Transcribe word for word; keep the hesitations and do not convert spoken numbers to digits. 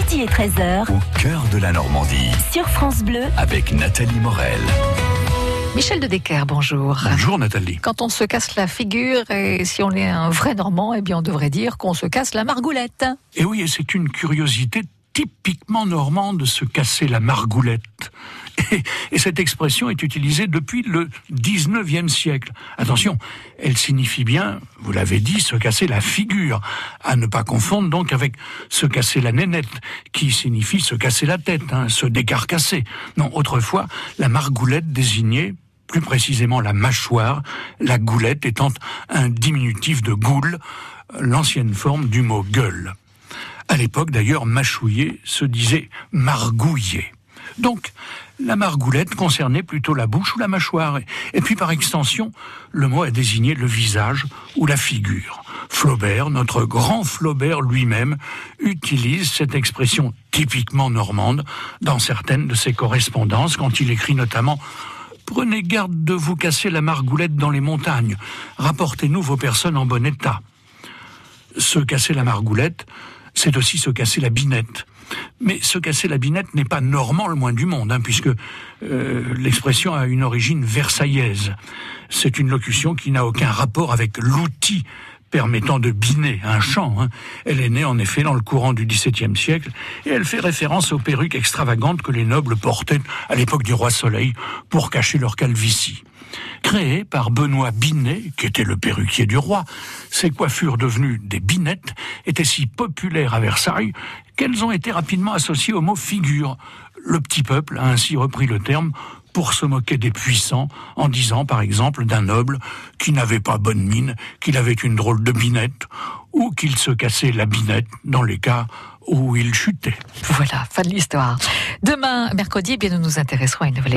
midi et treize heures, au cœur de la Normandie, sur France Bleu, avec Nathalie Morel. Michel de Decker, bonjour. Bonjour Nathalie. Quand on se casse la figure, et si on est un vrai Normand, eh bien on devrait dire qu'on se casse la margoulette. Et oui, et c'est une curiosité typiquement normande de se casser la margoulette. Et, et cette expression est utilisée depuis le dix-neuvième siècle. Attention, elle signifie bien, vous l'avez dit, se casser la figure, à ne pas confondre donc avec se casser la nénette, qui signifie se casser la tête, hein, se décarcasser. Non, autrefois, la margoulette désignait plus précisément la mâchoire, la goulette étant un diminutif de goule, l'ancienne forme du mot gueule. À l'époque, d'ailleurs, mâchouiller se disait margouiller. Donc, la margoulette concernait plutôt la bouche ou la mâchoire. Et puis, par extension, le mot a désigné le visage ou la figure. Flaubert, notre grand Flaubert lui-même, utilise cette expression typiquement normande dans certaines de ses correspondances, quand il écrit notamment « Prenez garde de vous casser la margoulette dans les montagnes. Rapportez-nous vos personnes en bon état. » Se casser la margoulette, c'est aussi se casser la binette. Mais se casser la binette n'est pas normand le moins du monde, hein, puisque euh, l'expression a une origine versaillaise. C'est une locution qui n'a aucun rapport avec l'outil permettant de biner un champ. Hein. Elle est née en effet dans le courant du dix-septième siècle, et elle fait référence aux perruques extravagantes que les nobles portaient à l'époque du roi Soleil pour cacher leur calvitie. Créées par Benoît Binet, qui était le perruquier du roi, ces coiffures devenues des binettes étaient si populaires à Versailles qu'elles ont été rapidement associées au mot figure. Le petit peuple a ainsi repris le terme pour se moquer des puissants, en disant par exemple d'un noble qui n'avait pas bonne mine, qu'il avait une drôle de binette, ou qu'il se cassait la binette dans les cas où il chutait. Voilà, fin de l'histoire. Demain, mercredi, eh bien, nous nous intéresserons à une nouvelle